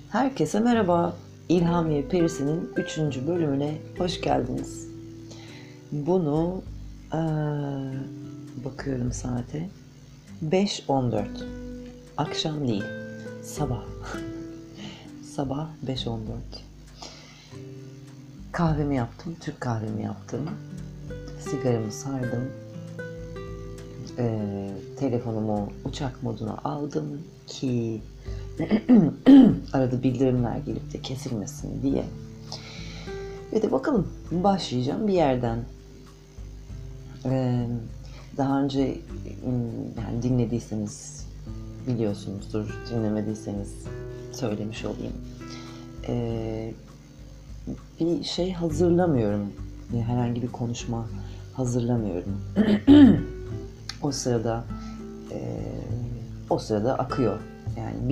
Herkese merhaba. İlhamiye Perisi'nin 3. bölümüne hoş geldiniz. Bunu bakıyorum saate. 5:14. Akşam değil. Sabah. Sabah 5:14. Kahvemi yaptım. Türk kahvemi yaptım. Sigaramı sardım. Telefonumu uçak moduna aldım ki arada bildirimler gelip de kesilmesin diye. Ve de bakalım, başlayacağım bir yerden. Daha önce yani dinlediyseniz biliyorsunuzdur, dinlemediyseniz söylemiş olayım. Bir şey hazırlamıyorum, herhangi bir konuşma hazırlamıyorum. O sırada akıyor. Yani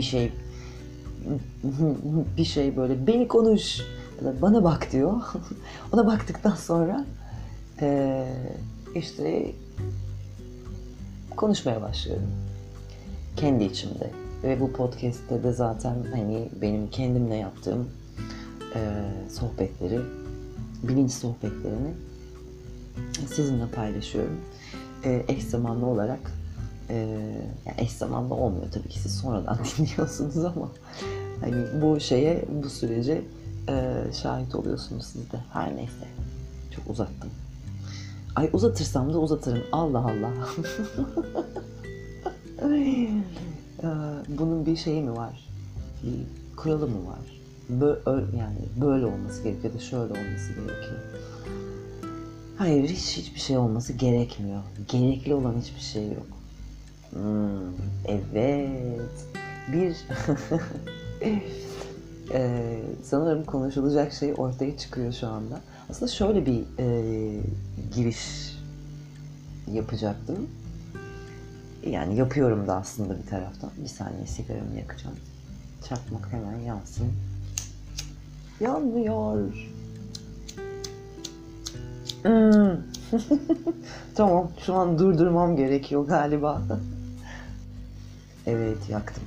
bir şey böyle beni konuş ya da bana bak diyor. Ona baktıktan sonra işte konuşmaya başlıyorum kendi içimde. Ve bu podcast'te de zaten hani benim kendimle yaptığım sohbetleri, bilinç sohbetlerini sizinle paylaşıyorum. Eş zamanlı olarak yani eş zamanlı olmuyor tabii ki, siz sonradan dinliyorsunuz ama hani bu sürece şahit oluyorsunuz siz de. Her neyse, çok uzattım. Ay, uzatırsam da uzatırım. Allah Allah. Bunun bir şeyi mi var? Bir kuralı mı var? Yani böyle olması gerekiyor da şöyle olması gerekiyor. Hayır, hiçbir şey olması gerekmiyor. Gerekli olan hiçbir şey yok. Evet. Bir sanırım konuşulacak şey ortaya çıkıyor şu anda. Aslında şöyle bir giriş yapacaktım. Yani yapıyorum da aslında bir taraftan. Bir saniye, sigaramı yakacağım. Çakmak hemen yansın. Yanmıyor. Tamam, şu an durdurmam gerekiyor galiba. Evet, yaktım.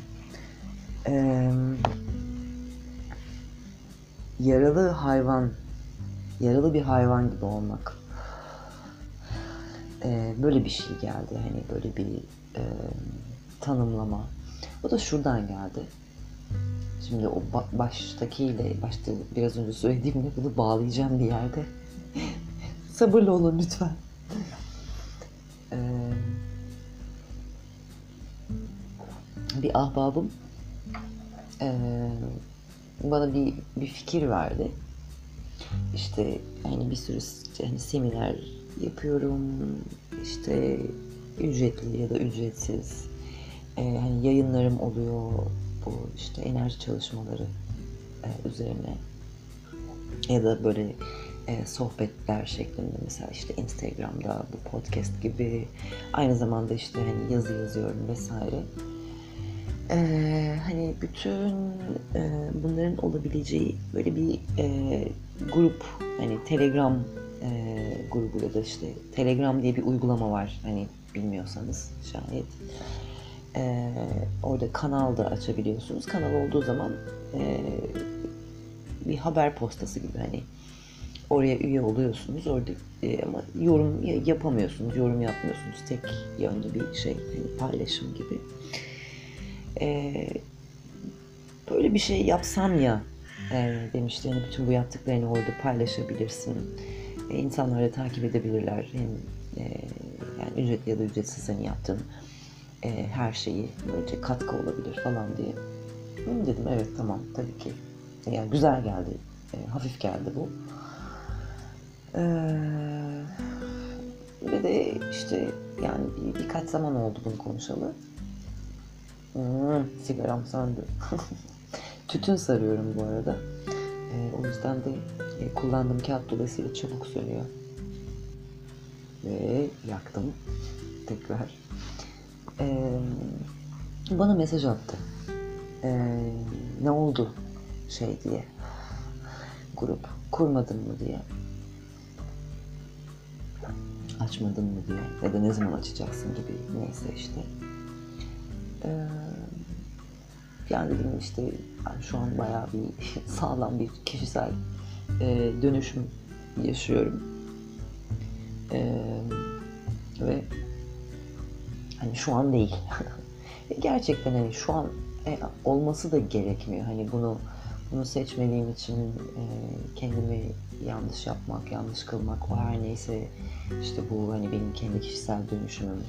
Yaralı bir hayvan gibi olmak. Böyle bir şey geldi. Hani böyle bir tanımlama. O da şuradan geldi. Şimdi o başta biraz önce söylediğimle bunu bağlayacağım bir yerde. Sabırlı olun lütfen. Bir ahbabım bana bir fikir verdi. İşte hani bir sürü hani seminer yapıyorum. İşte ücretli ya da ücretsiz. Hani yayınlarım oluyor. Bu işte enerji çalışmaları üzerine. Ya da böyle sohbetler şeklinde, mesela işte Instagram'da bu podcast gibi, aynı zamanda işte hani yazı yazıyorum vesaire. Hani bütün bunların olabileceği böyle bir grup, hani Telegram grubu ya da işte Telegram diye bir uygulama var, hani bilmiyorsanız şayet. Orada kanal da açabiliyorsunuz. Kanal olduğu zaman bir haber postası gibi, hani oraya üye oluyorsunuz. Orada ama yorum yapamıyorsunuz, yorum yapmıyorsunuz. Tek yönlü bir şey, hani paylaşım gibi. Böyle bir şey yapsam ya demişti. Yani bütün bu yaptıklarını orada paylaşabilirsin. İnsanlar da takip edebilirler. Hem yani ücretli ya da ücretsiz senin yaptığın her şeyi, böylece katkı olabilir falan diye. Dedim evet, tamam, tabii ki. Yani güzel geldi. Hafif geldi bu. Ve de işte yani birkaç zaman oldu bunu konuşalı. Sigaram söndü. Tütün sarıyorum bu arada. O yüzden de kullandığım kağıt dolayısıyla çabuk sönüyor. Ve yaktım tekrar. Bana mesaj attı. Ne oldu diye. Grup kurmadın mı diye. Açmadın mı diye. Ya da ne zaman açacaksın gibi, neyse işte. Yani dedim işte ben şu an bayağı bir sağlam bir kişisel dönüşüm yaşıyorum. Ve hani şu an değil. Gerçekten hani şu an olması da gerekmiyor. Hani bunu seçmediğim için kendimi yanlış yapmak, yanlış kılmak, o her neyse işte bu hani benim kendi kişisel dönüşümüm.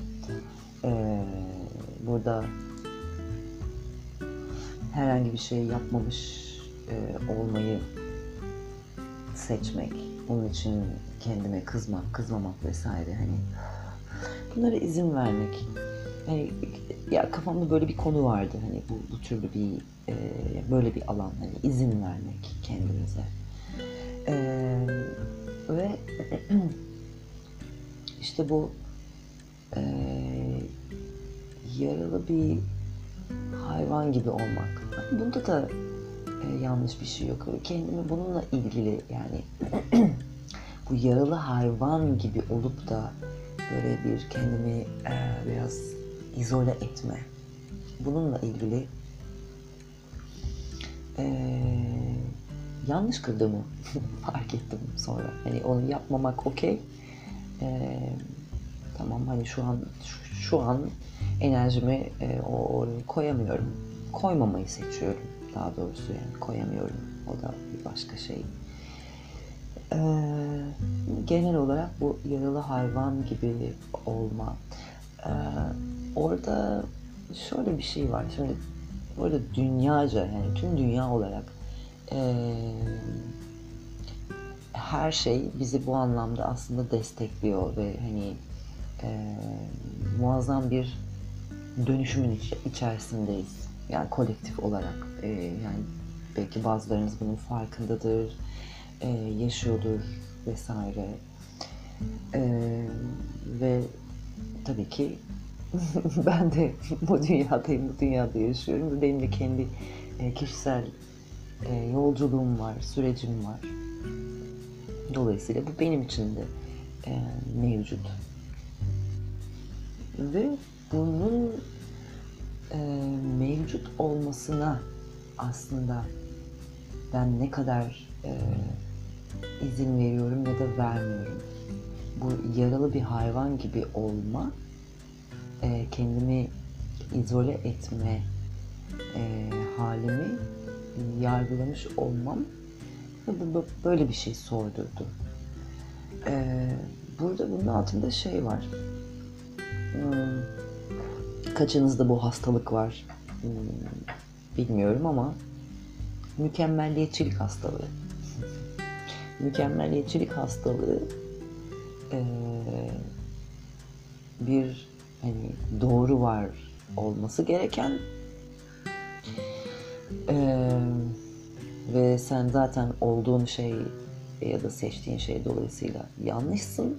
Burada herhangi bir şey yapmamış olmayı seçmek, bunun için kendime kızmamak vesaire, hani bunlara izin vermek. Hani ya kafamda böyle bir konu vardı, hani bu türlü bir böyle bir alan, hani izin vermek kendimize. Ve işte bu yaralı bir hayvan gibi olmak. Bunda da yanlış bir şey yok. Kendimi bununla ilgili, yani bu yaralı hayvan gibi olup da böyle bir kendimi biraz izole etme. Bununla ilgili yanlış kıldığımı fark ettim sonra. Hani onu yapmamak okey. Tamam, hani şu an enerjimi oraya koyamıyorum. Koymamayı seçiyorum daha doğrusu, yani koyamıyorum. O da bir başka şey. Genel olarak bu yaralı hayvan gibi olma. Orada şöyle bir şey var. Şimdi orada dünyaca, yani tüm dünya olarak her şey bizi bu anlamda aslında destekliyor ve hani muazzam bir dönüşümün içerisindeyiz. Yani kolektif olarak. Yani belki bazılarınız bunun farkındadır, yaşıyordur vesaire. Ve tabii ki ben de bu dünyada yaşıyorum. Benim de kendi kişisel yolculuğum var, sürecim var. Dolayısıyla bu benim için de mevcut. Ve bunun mevcut olmasına aslında ben ne kadar izin veriyorum ya da vermiyorum. Bu yaralı bir hayvan gibi olma, kendimi izole etme halimi yargılamış olmam böyle bir şey sordurdu. Burada bunun altında şey var. Kaçınızda bu hastalık var bilmiyorum ama mükemmelliyetçilik hastalığı. Mükemmelliyetçilik hastalığı bir hani doğru var olması gereken ve sen zaten olduğun şey ya da seçtiğin şey dolayısıyla yanlışsın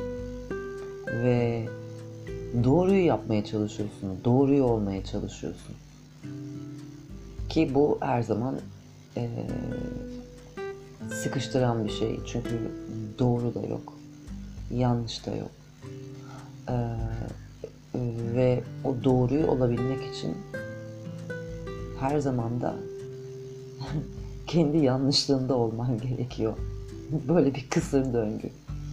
ve doğruyu yapmaya çalışıyorsun, doğruyu olmaya çalışıyorsun. Ki bu her zaman sıkıştıran bir şey. Çünkü doğru da yok, yanlış da yok. Ve o doğruyu olabilmek için her zaman da kendi yanlışlığında olman gerekiyor. Böyle bir kısır döngü.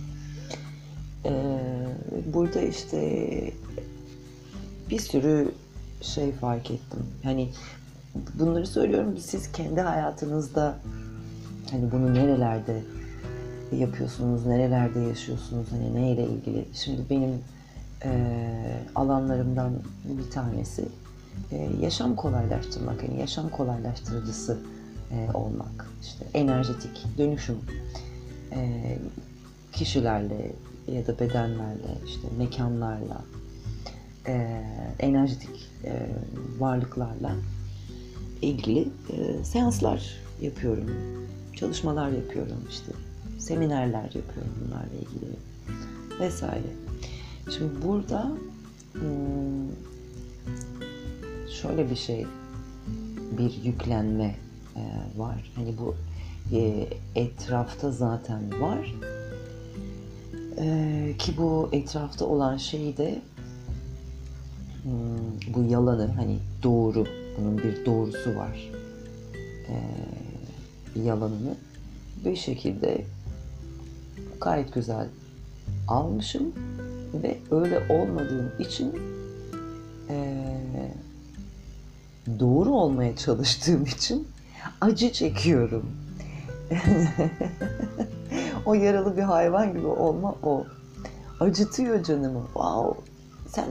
Burada işte bir sürü şey fark ettim. Hani bunları söylüyorum, siz kendi hayatınızda hani bunu nerelerde yapıyorsunuz, nerelerde yaşıyorsunuz, hani neyle ilgili. Şimdi benim alanlarımdan bir tanesi yaşam kolaylaştırmak, hani yaşam kolaylaştırıcısı olmak, işte enerjetik dönüşüm, kişilerle ya da bedenlerle, işte mekanlarla, enerjetik varlıklarla ilgili seanslar yapıyorum, çalışmalar yapıyorum, işte seminerler yapıyorum bunlarla ilgili vesaire. Şimdi burada şöyle bir şey, bir yüklenme var. Hani bu etrafta zaten var. Ki bu etrafta olan şey de bu yalanı, hani doğru bunun bir doğrusu var, yalanını bir şekilde gayet güzel almışım ve öyle olmadığım için doğru olmaya çalıştığım için acı çekiyorum. O yaralı bir hayvan gibi olma o. Acıtıyor canımı. Wow, sen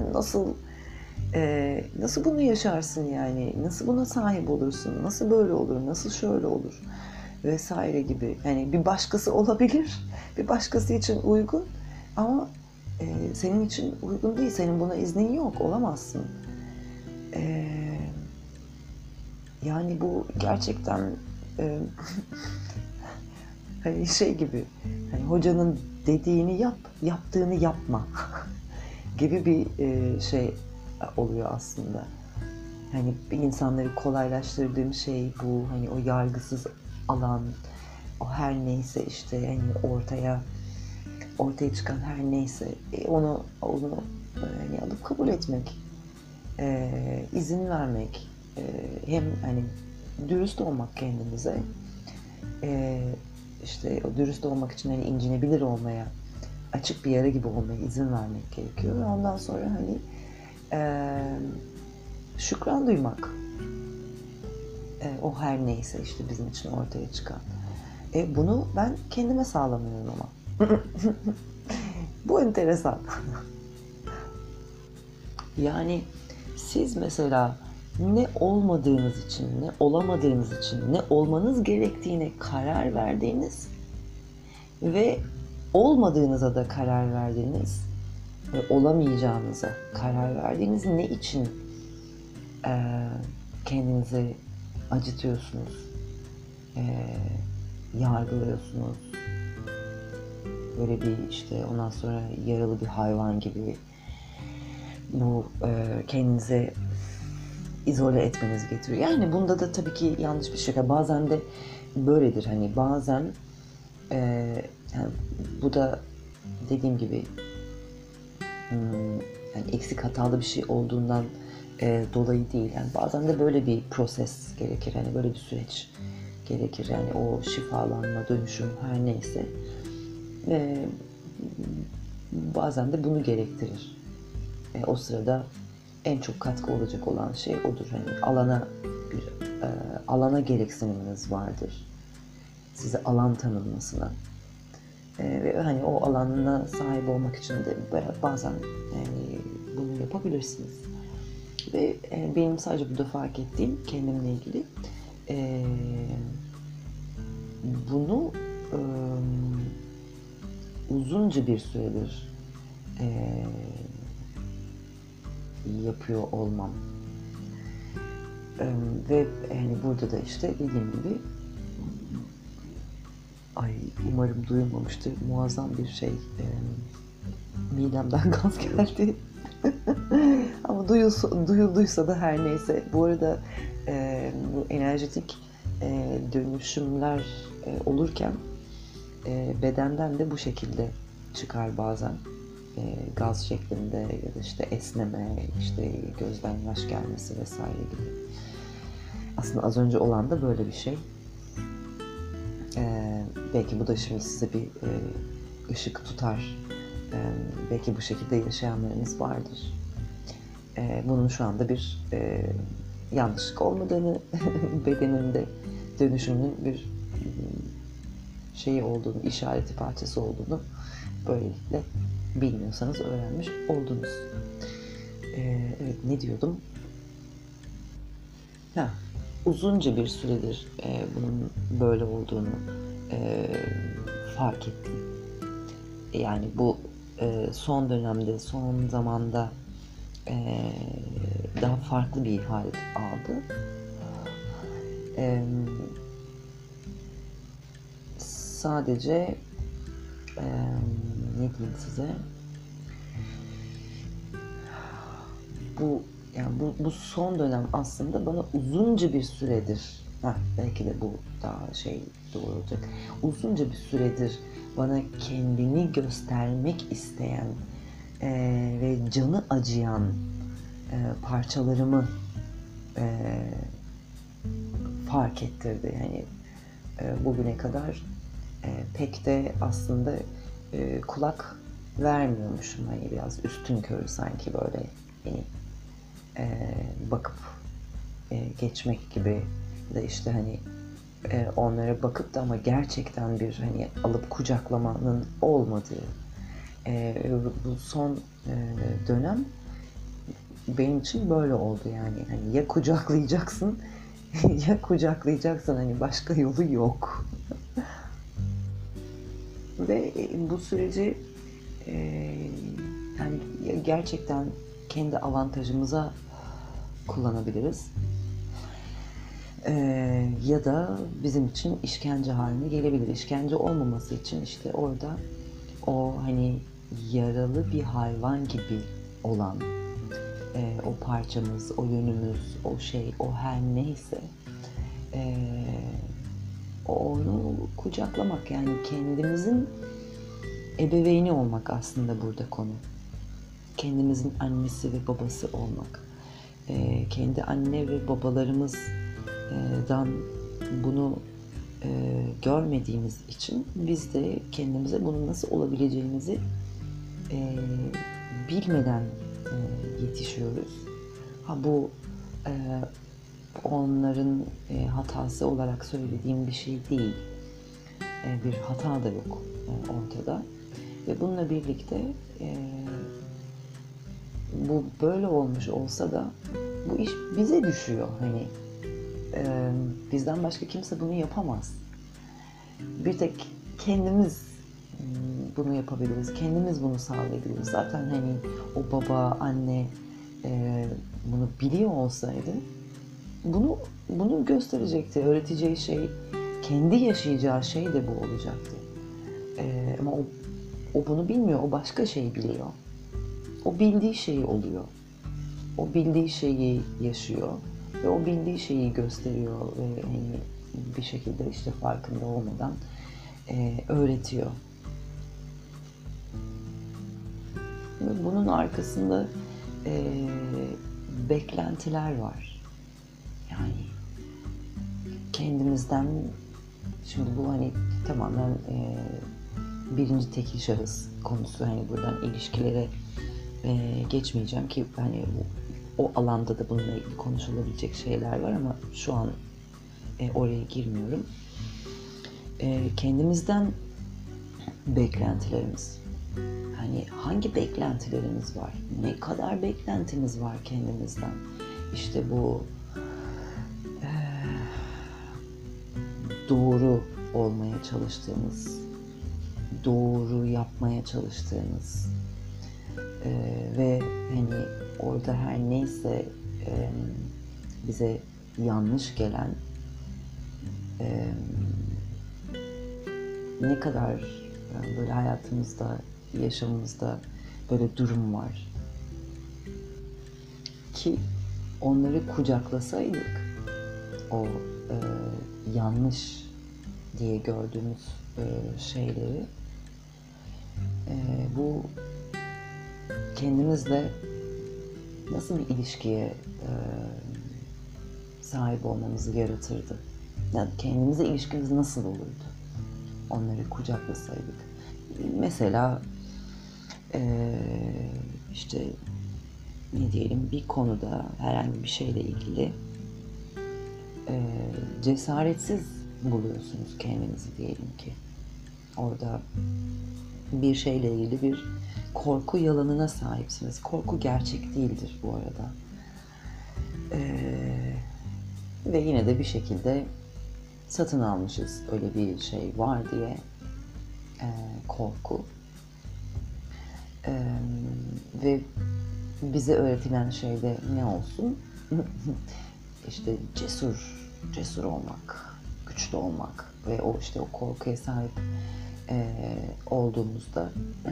nasıl bunu yaşarsın yani? Nasıl buna sahip olursun? Nasıl böyle olur? Nasıl şöyle olur? Vesaire gibi. Yani bir başkası olabilir. Bir başkası için uygun. Ama senin için uygun değil. Senin buna iznin yok. Olamazsın. Yani bu gerçekten hani şey gibi. Hani hocanın dediğini yap, yaptığını yapma gibi bir şey oluyor aslında. Hani insanları kolaylaştırdığım şey bu. Hani o yargısız alan, o her neyse işte hani ortaya çıkan her neyse onu hani alıp kabul etmek, izin vermek, hem hani dürüst olmak kendinize, işte o dürüst olmak için hani incinebilir olmaya, açık bir yara gibi olmaya izin vermek gerekiyor ve ondan sonra hani şükran duymak, o her neyse işte bizim için ortaya çıkan. Bunu ben kendime sağlamıyorum ama. Bu enteresan. Yani siz mesela ne olmadığınız için, ne olamadığınız için, ne olmanız gerektiğine karar verdiğiniz ve olmadığınıza da karar verdiğiniz ve olamayacağınıza karar verdiğiniz ne için kendinizi acıtıyorsunuz, yargılıyorsunuz, böyle bir işte ondan sonra yaralı bir hayvan gibi bu kendinizi izole etmenizi getiriyor. Yani bunda da tabii ki yanlış bir şey. Bazen de böyledir. Hani bazen yani bu da dediğim gibi yani eksik hatalı bir şey olduğundan dolayı değil. Yani bazen de böyle bir proses gerekir. Hani böyle bir süreç gerekir. Yani o şifalanma, dönüşüm her neyse. Bazen de bunu gerektirir. O sırada en çok katkı olacak olan şey odur. Hani alana gereksiniminiz vardır. Size alan tanınmasına. Ve hani o alana sahip olmak için de bazen yani bunu yapabilirsiniz. Ve benim sadece burada fark ettiğim kendimle ilgili bunu uzunca bir süredir yapıyor olmam. Ve yani burada da işte dediğim gibi umarım duyulmamıştır. Muazzam bir şey. Midemden gaz geldi. Ama duyulduysa da her neyse. Bu arada bu enerjetik dönüşümler olurken bedenden de bu şekilde çıkar bazen. Gaz şeklinde ya da işte esneme, işte gözden yaş gelmesi vesaire gibi. Aslında az önce olan da böyle bir şey. Belki bu da şimdi size bir ışık tutar. Belki bu şekilde yaşayanlarınız vardır. Bunun şu anda bir yanlışlık olmadığını, bedeninde dönüşümün bir şeyi olduğunu, işareti parçası olduğunu böylelikle bilmiyorsanız öğrenmiş oldunuz. Evet, ne diyordum? Uzunca bir süredir bunun böyle olduğunu fark ettim. Yani bu son dönemde, son zamanda daha farklı bir hal aldı. Sadece ne diyeyim size? Bu son dönem aslında bana uzunca bir süredir, belki de bu daha doğru olacak. Uzunca bir süredir bana kendini göstermek isteyen ve canı acıyan parçalarımı fark ettirdi. Yani bugüne kadar pek de aslında kulak vermiyormuşum. Hani biraz üstünkörü sanki böyle hani bakıp geçmek gibi de işte hani onlara bakıp da ama gerçekten bir hani alıp kucaklamanın olmadığı bu son dönem benim için böyle oldu yani. Hani ya kucaklayacaksın ya kucaklayacaksın, hani başka yolu yok. Ve bu süreci yani gerçekten kendi avantajımıza kullanabiliriz. Ya da bizim için işkence haline gelebilir. İşkence olmaması için işte orada o hani yaralı bir hayvan gibi olan o parçamız, o yönümüz, o şey, o her neyse onu kucaklamak, yani kendimizin ebeveyni olmak aslında burada konu. Kendimizin annesi ve babası olmak. Kendi anne ve babalarımızdan bunu görmediğimiz için biz de kendimize bunun nasıl olabileceğimizi bilmeden yetişiyoruz. Bu onların hatası olarak söylediğim bir şey değil. Bir hata da yok ortada. Ve bununla birlikte bu böyle olmuş olsa da bu iş bize düşüyor. Hani bizden başka kimse bunu yapamaz. Bir tek kendimiz bunu yapabiliriz. Kendimiz bunu sağlayabiliriz. Zaten hani o baba, anne bunu biliyor olsaydı bunu gösterecekti. Öğreteceği şey, kendi yaşayacağı şey de bu olacaktı. Ama o bunu bilmiyor. O başka şey biliyor. O bildiği şeyi oluyor. O bildiği şeyi yaşıyor ve o bildiği şeyi gösteriyor ve hani bir şekilde işte farkında olmadan öğretiyor. Ve bunun arkasında beklentiler var. Yani kendimizden, şimdi bu hani tamamen birinci tekil şahıs konusu, hani buradan ilişkilere geçmeyeceğim ki hani o alanda da bununla ilgili konuşulabilecek şeyler var ama şu an oraya girmiyorum. Kendimizden beklentilerimiz. Hani hangi beklentilerimiz var? Ne kadar beklentimiz var kendimizden? İşte bu doğru olmaya çalıştığımız, doğru yapmaya çalıştığımız ve hani orada her neyse bize yanlış gelen ne kadar böyle hayatımızda, yaşamımızda böyle durum var ki onları kucaklasaydık, o yanlış diye gördüğümüz şeyleri, bu kendimizle nasıl bir ilişkiye sahip olmamızı yaratırdı? Yani kendimize ilişkimiz nasıl olurdu? Onları kucaklasaydık. Mesela işte ne diyelim, bir konuda herhangi bir şeyle ilgili cesaretsiz buluyorsunuz kendinizi diyelim ki. Orada bir şeyle ilgili bir korku yalanına sahipsiniz. Korku gerçek değildir bu arada. Ve yine de bir şekilde satın almışız öyle bir şey var diye korku. Ve bize öğretilen şey de ne olsun? İşte cesur olmak, güçlü olmak ve o işte o korkuya sahip olduğumuzda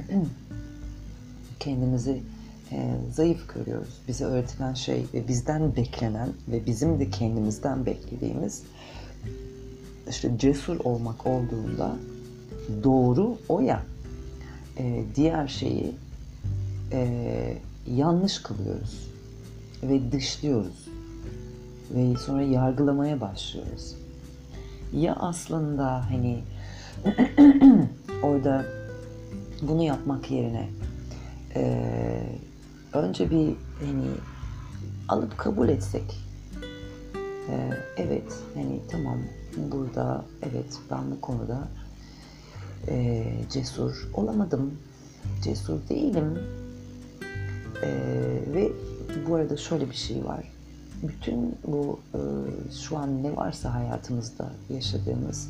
kendimizi zayıf görüyoruz. Bize öğretilen şey ve bizden beklenen ve bizim de kendimizden beklediğimiz işte cesur olmak olduğunda doğru o ya. Diğer şeyi yanlış kılıyoruz ve dışlıyoruz. ve sonra yargılamaya başlıyoruz. Ya aslında hani orada bunu yapmak yerine önce bir hani alıp kabul etsek. Evet, hani tamam, burada evet ben bu konuda cesur olamadım, cesur değilim. Ve bu arada şöyle bir şey var. Bütün bu şu an ne varsa hayatımızda yaşadığımız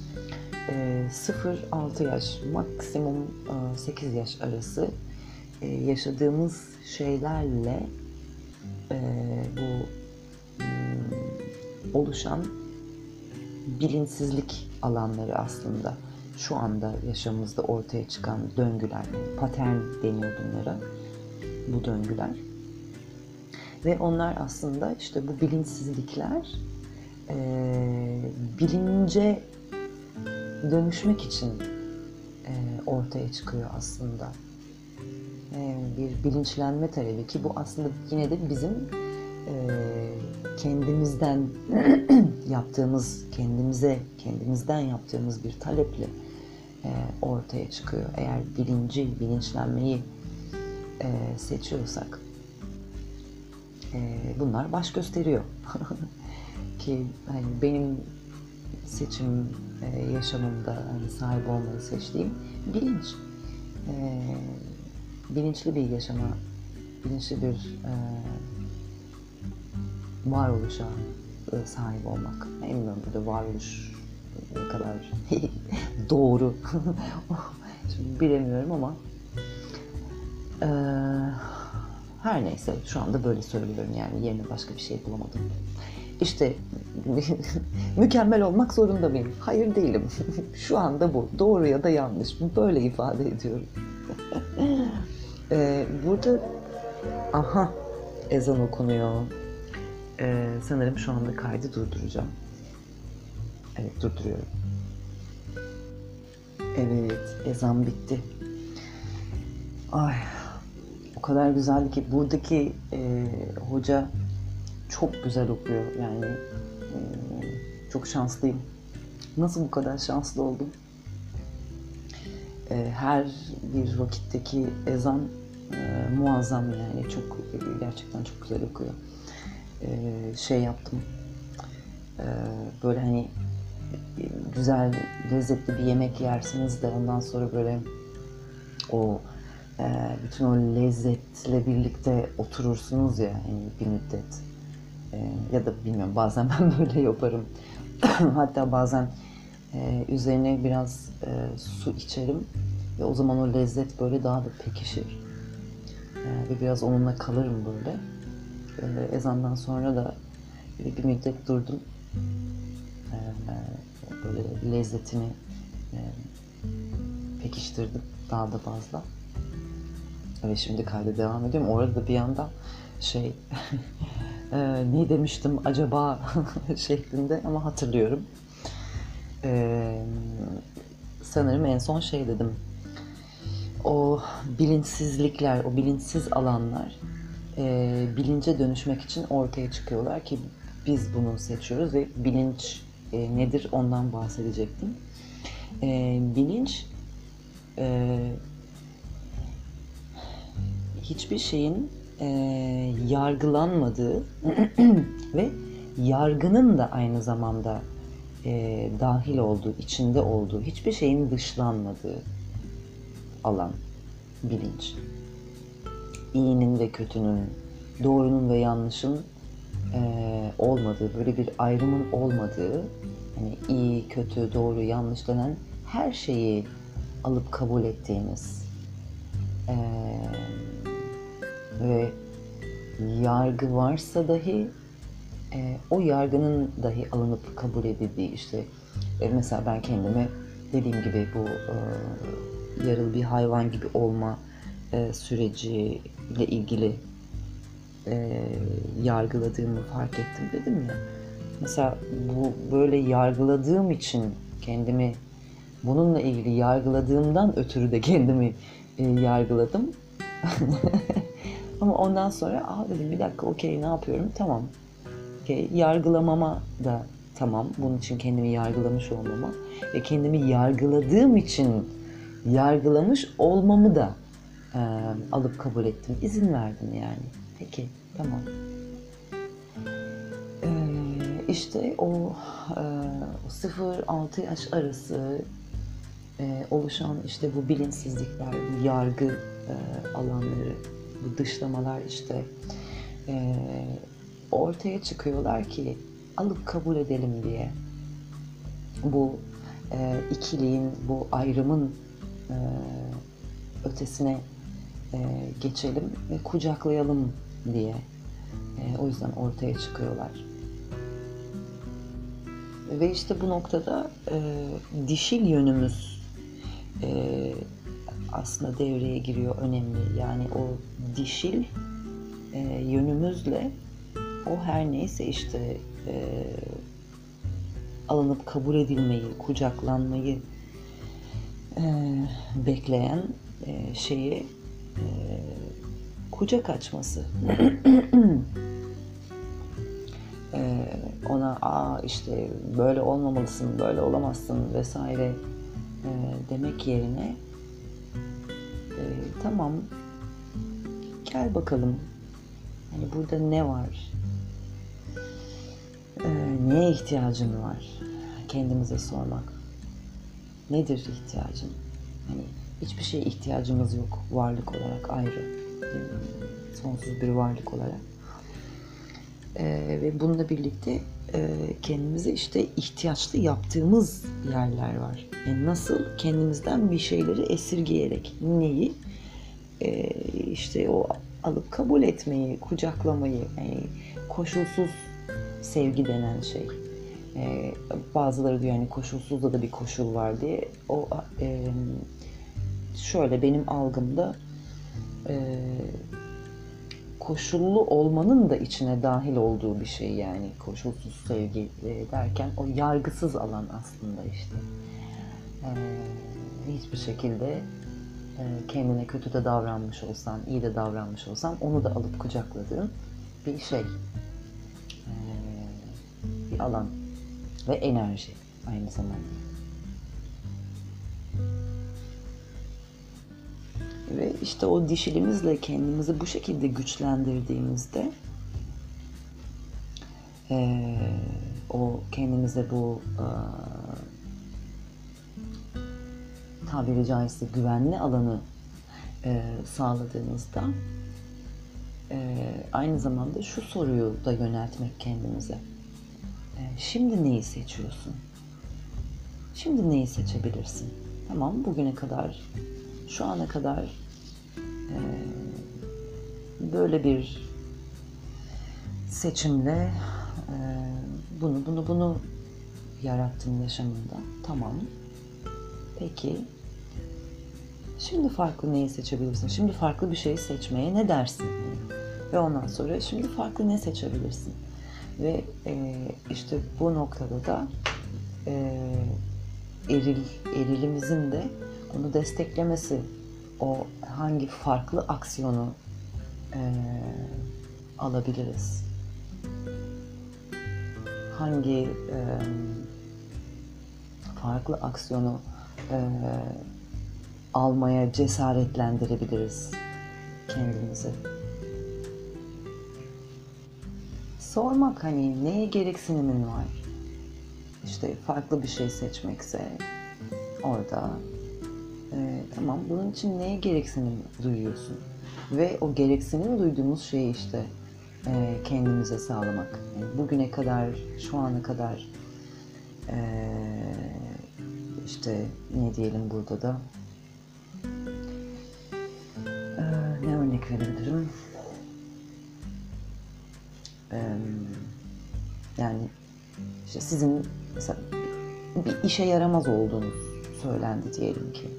0-6 yaş, maksimum 8 yaş arası yaşadığımız şeylerle bu oluşan bilinçsizlik alanları aslında şu anda yaşamımızda ortaya çıkan döngüler, patern deniyor bunlara, bu döngüler. Ve onlar aslında işte bu bilinçsizlikler bilince dönüşmek için ortaya çıkıyor aslında. Bir bilinçlenme talebi ki bu aslında yine de bizim kendimizden yaptığımız, kendimizden yaptığımız bir taleple ortaya çıkıyor. Eğer bilinçlenmeyi seçiyorsak bunlar baş gösteriyor. Ki hani benim seçim yaşamımda hani sahip olmayı seçtiğim bilinç. Bilinçli bir yaşama, bilinçli bir varoluşa sahip olmak. Bilmiyorum burada varoluş ne kadar doğru şimdi bilemiyorum ama her neyse şu anda böyle söylüyorum, yani yerine başka bir şey bulamadım. İşte mükemmel olmak zorunda mıyım? Hayır değilim. Şu anda bu. Doğru ya da yanlış. Böyle ifade ediyorum. Burada ezan okunuyor. Sanırım şu anda kaydı durduracağım. Evet, durduruyorum. Evet, ezan bitti. Ay, o kadar güzeldi ki buradaki hoca çok güzel okuyor. Yani çok şanslıyım. Nasıl bu kadar şanslı oldum? Her bir vakitteki ezan muazzam, yani çok gerçekten çok güzel okuyor. Şey yaptım. Böyle hani güzel, lezzetli bir yemek yersiniz de ondan sonra böyle o bütün o lezzetle birlikte oturursunuz ya hani bir müddet. Ya da bilmiyorum, bazen ben böyle yaparım. Hatta bazen üzerine biraz su içerim ve o zaman o lezzet böyle daha da pekişir. Ve biraz onunla kalırım böyle. Ezandan sonra da bir müddet durdum. Böyle lezzetini pekiştirdim daha da fazla. Ve şimdi kayda devam ediyorum. Orada da bir yandan ne demiştim acaba şeklinde ama hatırlıyorum. Sanırım en son dedim. O bilinçsizlikler, o bilinçsiz alanlar bilince dönüşmek için ortaya çıkıyorlar ki biz bunu seçiyoruz ve bilinç nedir ondan bahsedecektim. Bilinç hiçbir şeyin yargılanmadığı ve yargının da aynı zamanda dahil olduğu, içinde olduğu, hiçbir şeyin dışlanmadığı alan bilinç. İyinin ve kötünün, doğrunun ve yanlışın olmadığı, böyle bir ayrımın olmadığı, hani iyi, kötü, doğru, yanlış denen her şeyi alıp kabul ettiğimiz ve yargı varsa dahi o yargının dahi alınıp kabul edildiği, işte mesela ben kendimi dediğim gibi bu yaralı bir hayvan gibi olma süreciyle ilgili yargıladığımı fark ettim dedim ya. Mesela bu böyle yargıladığım için kendimi, bununla ilgili yargıladığımdan ötürü de kendimi yargıladım. Ama ondan sonra dedim bir dakika, okey, ne yapıyorum? Tamam. okey. Yargılamama da tamam. Bunun için kendimi yargılamış olmama ve kendimi yargıladığım için yargılamış olmamı da alıp kabul ettim. İzin verdim yani. Peki, tamam. İşte o 0-6 yaş arası oluşan işte bu bilinçsizlikler, bu yargı alanları, bu dışlamalar işte ortaya çıkıyorlar ki alıp kabul edelim diye. Bu ikiliğin, bu ayrımın ötesine geçelim ve kucaklayalım diye. O yüzden ortaya çıkıyorlar. Ve işte bu noktada dişil yönümüz aslında devreye giriyor, önemli. Yani o dişil yönümüzle o her neyse işte alınıp kabul edilmeyi, kucaklanmayı bekleyen şeyi kucak açması. Ona işte böyle olmamalısın, böyle olamazsın vesaire demek yerine tamam, gel bakalım, hani burada ne var, neye ihtiyacın var, kendimize sormak. Nedir ihtiyacın? Hani hiçbir şeye ihtiyacımız yok varlık olarak, ayrı, sonsuz bir varlık olarak. Ve bununla birlikte kendimize işte ihtiyaçlı yaptığımız yerler var. Yani nasıl? Kendimizden bir şeyleri esirgeyerek. Neyi? İşte o alıp kabul etmeyi, kucaklamayı, yani koşulsuz sevgi denen şey. Bazıları diyor yani koşulsuzda da bir koşul var diye. O şöyle benim algımda koşullu olmanın da içine dahil olduğu bir şey, yani koşulsuz sevgi derken o yargısız alan aslında işte. Hiçbir şekilde kendine kötü de davranmış olsan, iyi de davranmış olsan onu da alıp kucakladığın bir şey. Bir alan ve enerji aynı zamanda. Ve işte o dişilimizle kendimizi bu şekilde güçlendirdiğimizde o kendimize bu tabiri caizse güvenli alanı sağladığımızda aynı zamanda şu soruyu da yöneltmek kendimize. Şimdi neyi seçiyorsun? Şimdi neyi seçebilirsin? Tamam, bugüne kadar, şu ana kadar böyle bir seçimle bunu yarattım yaşamında. Tamam. Peki. Şimdi farklı neyi seçebilirsin? Şimdi farklı bir şey seçmeye ne dersin? Ve ondan sonra şimdi farklı ne seçebilirsin? Ve işte bu noktada da erilimizin de onu desteklemesi, o hangi farklı aksiyonu alabiliriz? Hangi farklı aksiyonu almaya cesaretlendirebiliriz kendimizi? Sormak, hani neye gereksinimin var? İşte farklı bir şey seçmekse orada tamam, bunun için neye gereksinim duyuyorsun? Ve o gereksinim duyduğumuz şeyi işte kendimize sağlamak. Yani bugüne kadar, şu ana kadar işte ne diyelim burada da ne örnek verebilirim? Yani işte sizin mesela bir işe yaramaz olduğunuz söylendi diyelim ki.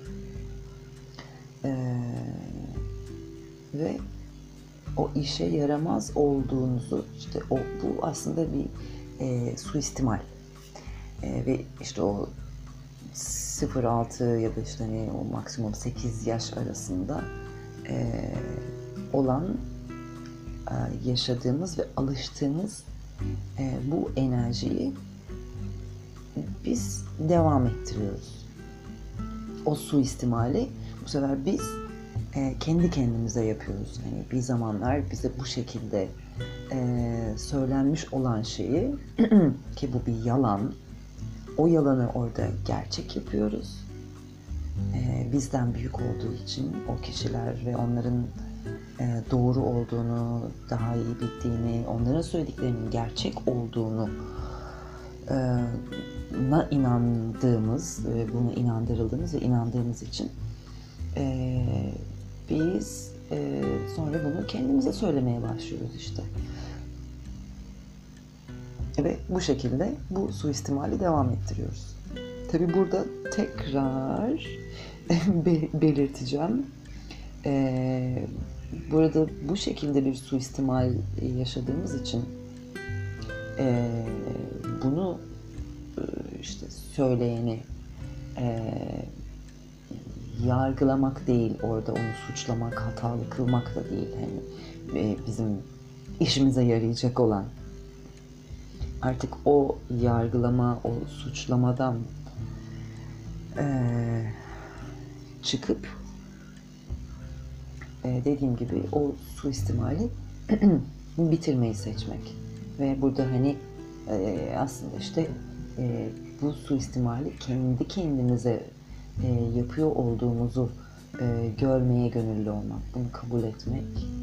Ve o işe yaramaz olduğunuzu, işte bu aslında bir suistimal. Ve işte o 0-6 ya da işte hani o maksimum 8 yaş arasında olan yaşadığımız ve alıştığımız bu enerjiyi biz devam ettiriyoruz. O suistimali bu sefer biz kendi kendimize yapıyoruz. Yani bir zamanlar bize bu şekilde söylenmiş olan şeyi ki bu bir yalan, o yalanı orada gerçek yapıyoruz. Bizden büyük olduğu için o kişiler ve onların doğru olduğunu, daha iyi bildiğini, onların söylediklerinin gerçek olduğunu inandığımız, buna inandırıldığımız ve inandığımız için biz sonra bunu kendimize söylemeye başlıyoruz işte. Ve bu şekilde bu suistimali devam ettiriyoruz. Tabii burada tekrar belirteceğim. Burada bu şekilde bir suistimal yaşadığımız için bunu işte söyleyeni yargılamak değil, orada onu suçlamak, hatalı kılmak da değil. Yani bizim işimize yarayacak olan artık o yargılama, o suçlamadan çıkıp dediğim gibi o suistimali bitirmeyi seçmek. Ve burada hani aslında işte bu suistimali kendi kendimize yapıyor olduğumuzu görmeye gönüllü olmak, bunu kabul etmek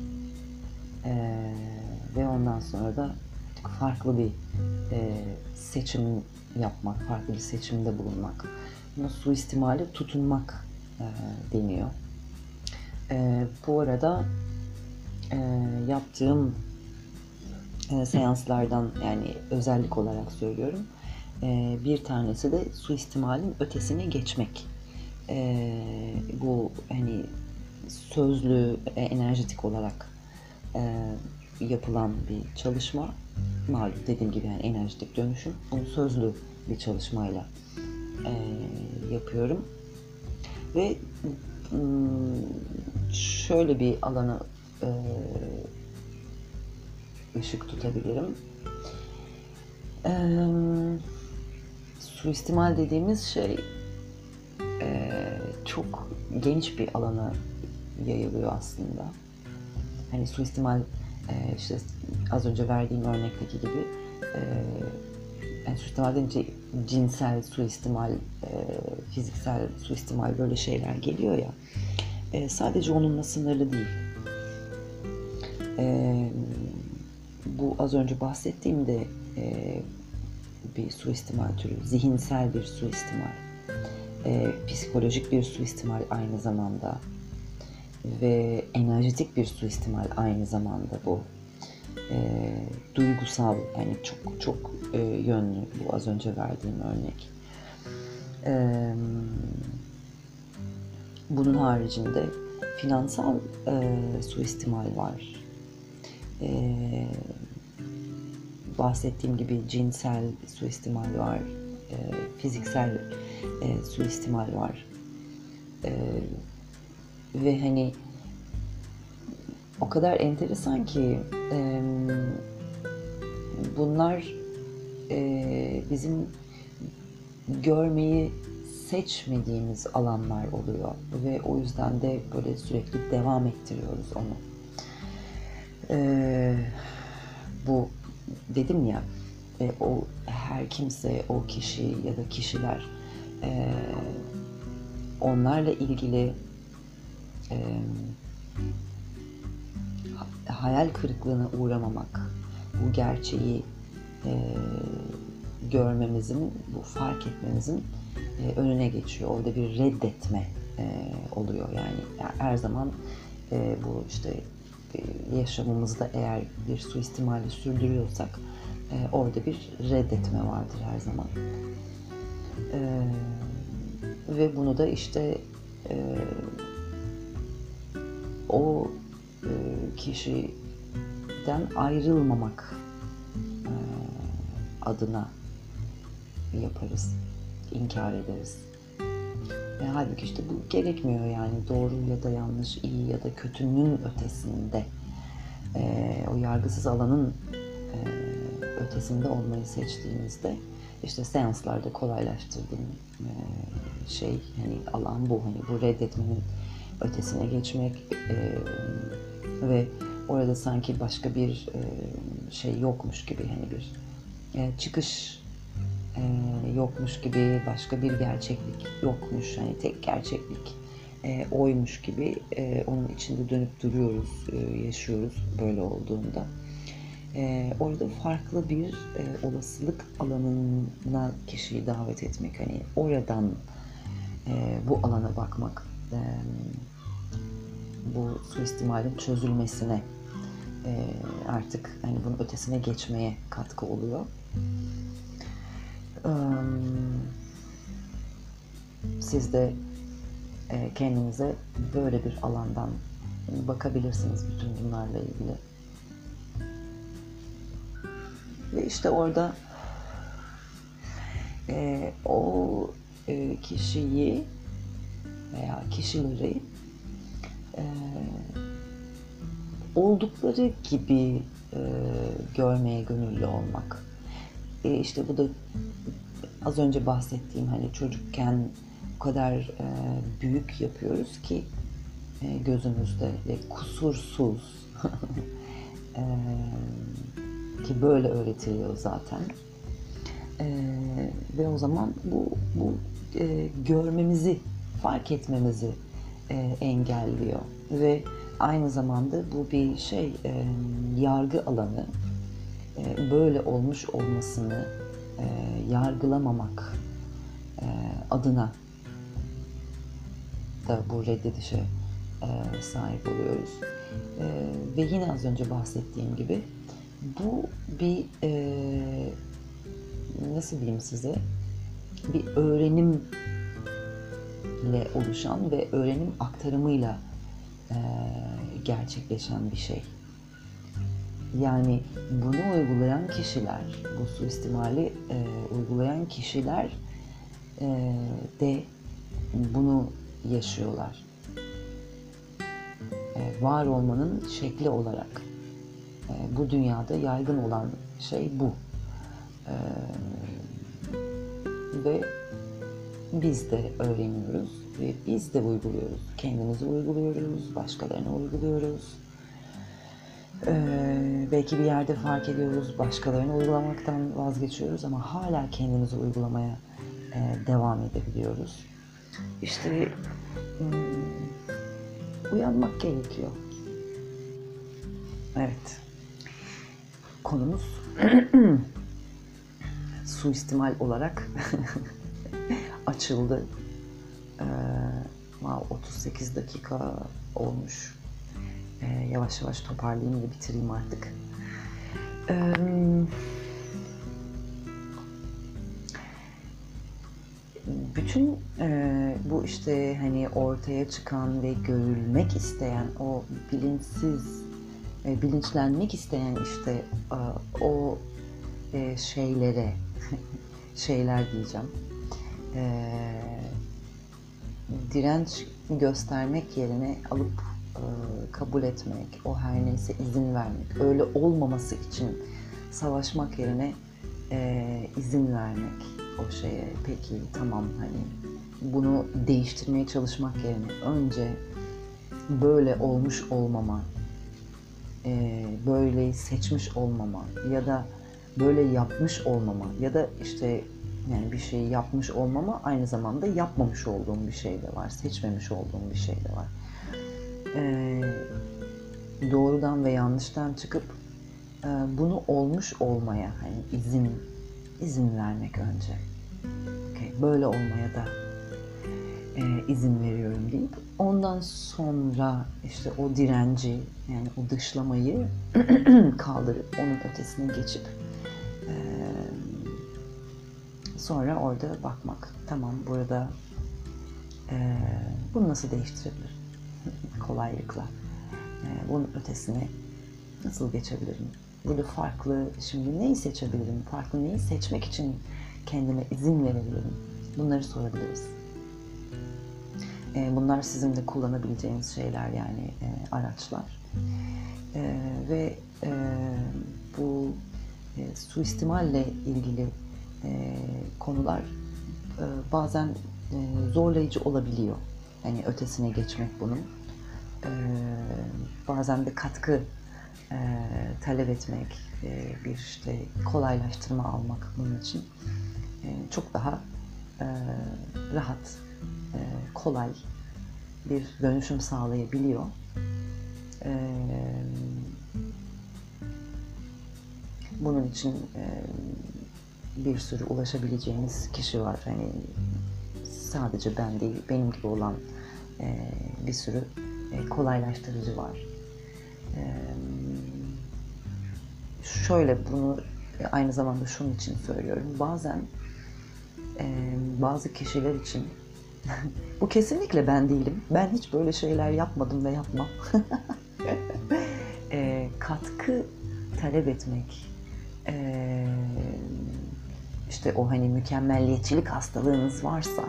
ve ondan sonra da farklı bir seçim yapmak, farklı bir seçimde bulunmak. Buna suistimali tutunmak deniyor. Bu arada yaptığım seanslardan, yani özellik olarak söylüyorum, bir tanesi de suistimalin ötesine geçmek. Bu hani sözlü, enerjetik olarak yapılan bir çalışma. Malum dediğim gibi yani enerjetik dönüşüm. Bunu sözlü bir çalışmayla yapıyorum. Ve şöyle bir alana ışık tutabilirim. Suistimal dediğimiz şey çok geniş bir alana yayılıyor aslında. Hani suistimal işte az önce verdiğim örnekteki gibi yani suistimal deyince cinsel suistimal, fiziksel suistimal böyle şeyler geliyor ya. Sadece onunla sınırlı değil. Bu az önce bahsettiğimde bir suistimal türü, zihinsel bir suistimal, psikolojik bir suistimal aynı zamanda ve enerjetik bir suistimal aynı zamanda bu. Duygusal, yani çok çok yönlü bu az önce verdiğim örnek. Bunun haricinde finansal suistimal var. Bahsettiğim gibi cinsel suistimal var, fiziksel suistimal var. Ve hani o kadar enteresan ki bunlar bizim görmeyi seçmediğimiz alanlar oluyor ve o yüzden de böyle sürekli devam ettiriyoruz onu. Bu dedim ya, o her kimse, o kişi ya da kişiler onlarla ilgili hayal kırıklığına uğramamak, bu gerçeği görmemizin, bu fark etmemizin önüne geçiyor. Orada bir reddetme oluyor yani her zaman bu işte yaşamımızda eğer bir suistimali sürdürüyorsak orada bir reddetme vardır her zaman. Ve bunu da işte o kişiden ayrılmamak adına yaparız, inkar ederiz. Halbuki işte bu gerekmiyor yani, doğru ya da yanlış, iyi ya da kötünün ötesinde, o yargısız alanın ötesinde olmayı seçtiğinizde işte seanslarda kolaylaştırdığım şey hani alan bu, hani bu reddetmenin ötesine geçmek ve orada sanki başka bir şey yokmuş gibi, hani bir çıkış yokmuş gibi, başka bir gerçeklik yokmuş, hani tek gerçeklik oymuş gibi onun içinde dönüp duruyoruz, yaşıyoruz böyle olduğunda. Orada farklı bir olasılık alanına kişiyi davet etmek, hani oradan bu alana bakmak, bu suistimalin çözülmesine, artık hani bunun ötesine geçmeye katkı oluyor. Siz de kendinize böyle bir alandan bakabilirsiniz bütün bunlarla ilgili. Ve işte orada o kişiyi veya kişileri oldukları gibi görmeye gönüllü olmak. İşte bu da az önce bahsettiğim, hani çocukken o kadar büyük yapıyoruz ki gözümüzde ve kusursuz ki böyle öğretiliyor zaten. Ve o zaman bu görmemizi, fark etmemizi engelliyor ve aynı zamanda bu bir şey, yargı alanı. Böyle olmuş olmasını yargılamamak adına da bu reddedişe sahip oluyoruz. Ve yine az önce bahsettiğim gibi bu bir nasıl diyeyim size, bir öğrenimle oluşan ve öğrenim aktarımıyla gerçekleşen bir şey. Yani bunu uygulayan kişiler, bu suistimali uygulayan kişiler de bunu yaşıyorlar. Var olmanın şekli olarak bu dünyada yaygın olan şey bu. Ve biz de öğreniyoruz ve biz de uyguluyoruz. Kendimizi uyguluyoruz, başkalarına uyguluyoruz. Belki bir yerde fark ediyoruz, başkalarını uygulamaktan vazgeçiyoruz ama hala kendimizi uygulamaya devam edebiliyoruz. İşte uyanmak gerekiyor. Evet. Konumuz suistimal olarak açıldı. 38 dakika olmuş. Yavaş yavaş toparlayayım ve bitireyim artık. Bütün bu işte hani ortaya çıkan ve görülmek isteyen o bilinçsiz, bilinçlenmek isteyen işte o şeylere, şeyler diyeceğim, direnç göstermek yerine alıp kabul etmek, o her neyse izin vermek, öyle olmaması için savaşmak yerine izin vermek o şeye. Peki tamam, hani bunu değiştirmeye çalışmak yerine önce böyle olmuş olmama, böyle seçmiş olmama ya da böyle yapmış olmama ya da işte yani bir şeyi yapmış olmama aynı zamanda yapmamış olduğum bir şey de var, seçmemiş olduğum bir şey de var. Doğrudan ve yanlıştan çıkıp bunu olmuş olmaya hani izin vermek önce. Okay, böyle olmaya da izin veriyorum deyip ondan sonra işte o direnci, yani o dışlamayı kaldırıp onun ötesine geçip sonra orada bakmak. Tamam, burada bunu nasıl değiştirebilirim? Kolaylıkla. Bunun ötesine nasıl geçebilirim? Burada farklı, şimdi neyi seçebilirim? Farklı neyi seçmek için kendime izin verebilirim? Bunları sorabiliriz. Bunlar sizin de kullanabileceğiniz şeyler, yani araçlar. Ve bu suistimalle ilgili konular bazen zorlayıcı olabiliyor. Yani ötesine geçmek bunun. Bazen de katkı talep etmek, bir işte kolaylaştırma almak bunun için çok daha rahat, kolay bir dönüşüm sağlayabiliyor. Bunun için bir sürü ulaşabileceğiniz kişi var. Hani sadece ben değil, benim gibi olan bir sürü kolaylaştırıcı var. Şöyle bunu aynı zamanda şunun için söylüyorum. Bazen bazı kişiler için bu kesinlikle ben değilim. Ben hiç böyle şeyler yapmadım ve yapmam. Katkı talep etmek, işte o hani mükemmelliyetçilik hastalığınız varsa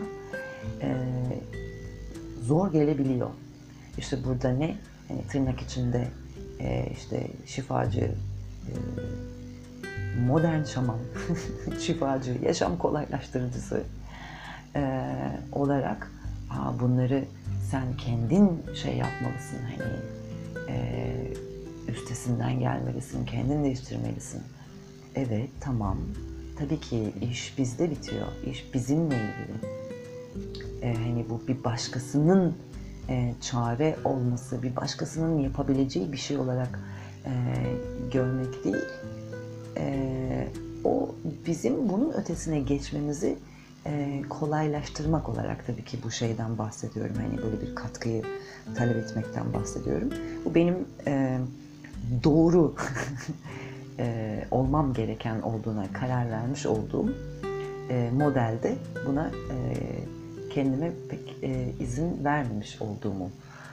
zor gelebiliyor. İşte burada ne tırnak içinde işte şifacı, modern şaman, şifacı, yaşam kolaylaştırıcısı olarak bunları sen kendin şey yapmalısın, hani üstesinden gelmelisin, kendin değiştirmelisin. Evet, tamam. Tabii ki iş bizde bitiyor. İş bizimle ilgili. Hani bu bir başkasının çare olması, bir başkasının yapabileceği bir şey olarak görmek değil. O bizim bunun ötesine geçmemizi kolaylaştırmak olarak tabii ki bu şeyden bahsediyorum. Hani böyle bir katkıyı talep etmekten bahsediyorum. Bu benim doğru olmam gereken olduğuna karar vermiş olduğum modelde buna kendime pek izin vermemiş olduğumu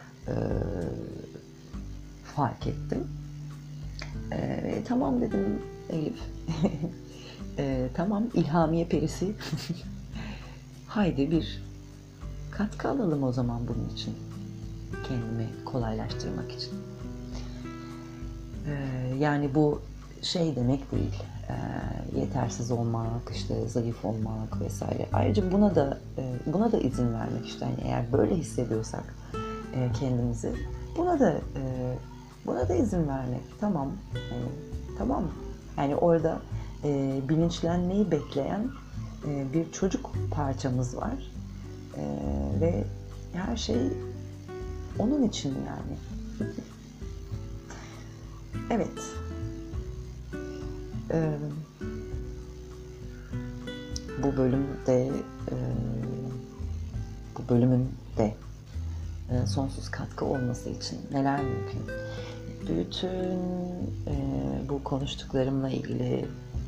fark ettim. Tamam dedim Elif. Tamam İlhamiye perisi. Haydi bir katkı alalım o zaman bunun için. Kendimi kolaylaştırmak için. Yani bu şey demek değil. Yetersiz olmak, işte zayıf olmak vesaire. Ayrıca buna da izin vermek, işte yani eğer böyle hissediyorsak kendimizi, buna da izin vermek. Tamam. Yani, tamam. Yani orada bilinçlenmeyi bekleyen bir çocuk parçamız var. Ve her şey onun için yani. Evet. Bu bölümün de sonsuz katkı olması için neler mümkün? Bütün bu konuştuklarımla ilgili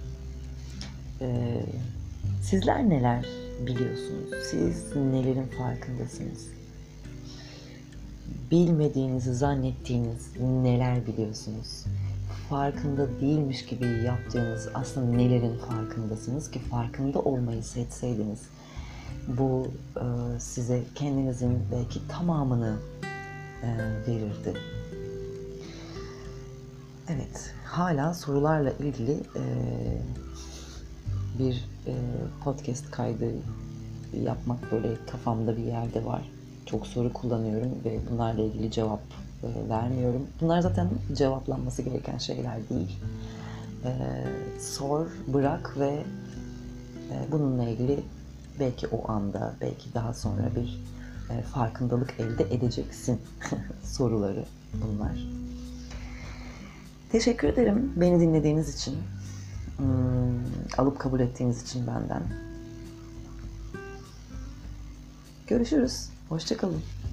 sizler neler biliyorsunuz? Siz nelerin farkındasınız? Bilmediğinizi zannettiğiniz neler biliyorsunuz? Farkında değilmiş gibi yaptığınız aslında nelerin farkındasınız ki farkında olmayı seçseydiniz bu size kendinizin belki tamamını verirdi. Evet, hala sorularla ilgili bir podcast kaydı yapmak böyle kafamda bir yerde var. Çok soru kullanıyorum ve bunlarla ilgili cevap vermiyorum. Bunlar zaten cevaplanması gereken şeyler değil. Sor, bırak ve bununla ilgili belki o anda, belki daha sonra bir farkındalık elde edeceksin soruları bunlar. Teşekkür ederim beni dinlediğiniz için, alıp kabul ettiğiniz için benden. Görüşürüz. Hoşça kalın.